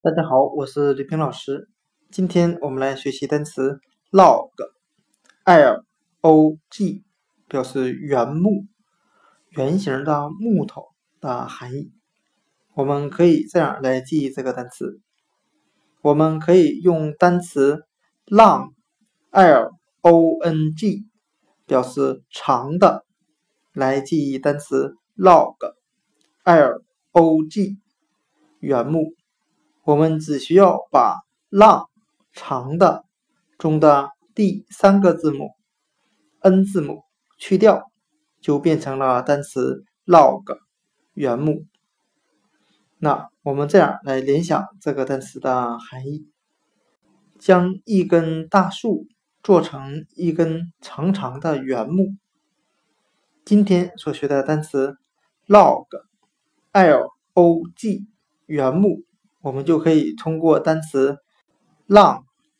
大家好，我是吕平老师。今天我们来学习单词 log， 表示原木、圆形的木头的含义。我们可以这样来记忆这个单词。我们可以用单词 long， 表示长的，来记忆单词 log， 原木。我们只需要把 long 长的中的第三个字母 N 字母去掉，就变成了单词 log 原木。那我们这样来联想这个单词的含义：将一根大树做成一根长长的原木。今天所学的单词 log 原木，我们就可以通过单词 long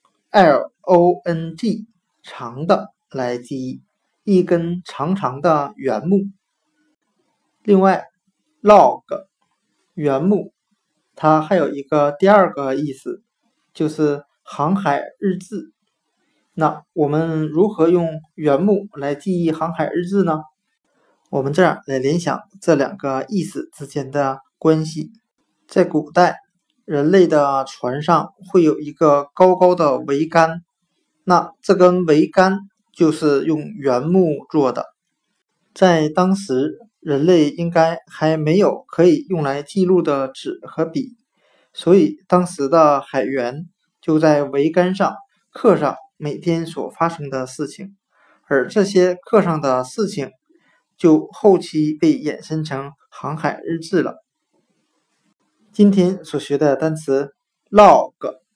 长的来记忆一根长长的原木。另外 log 原木它还有一个第二个意思，就是航海日志。那我们如何用原木来记忆航海日志呢？我们这样来联想这两个意思之间的关系。在古代，人类的船上会有一个高高的桅杆，那这根桅杆就是用原木做的。在当时，人类应该还没有可以用来记录的纸和笔，所以当时的海员就在桅杆上刻上每天所发生的事情，而这些刻上的事情就后期被衍生成航海日志了。今天所学的单词 log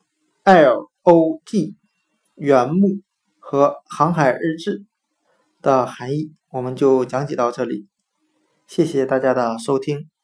原木和航海日志的含义，我们就讲解到这里。谢谢大家的收听。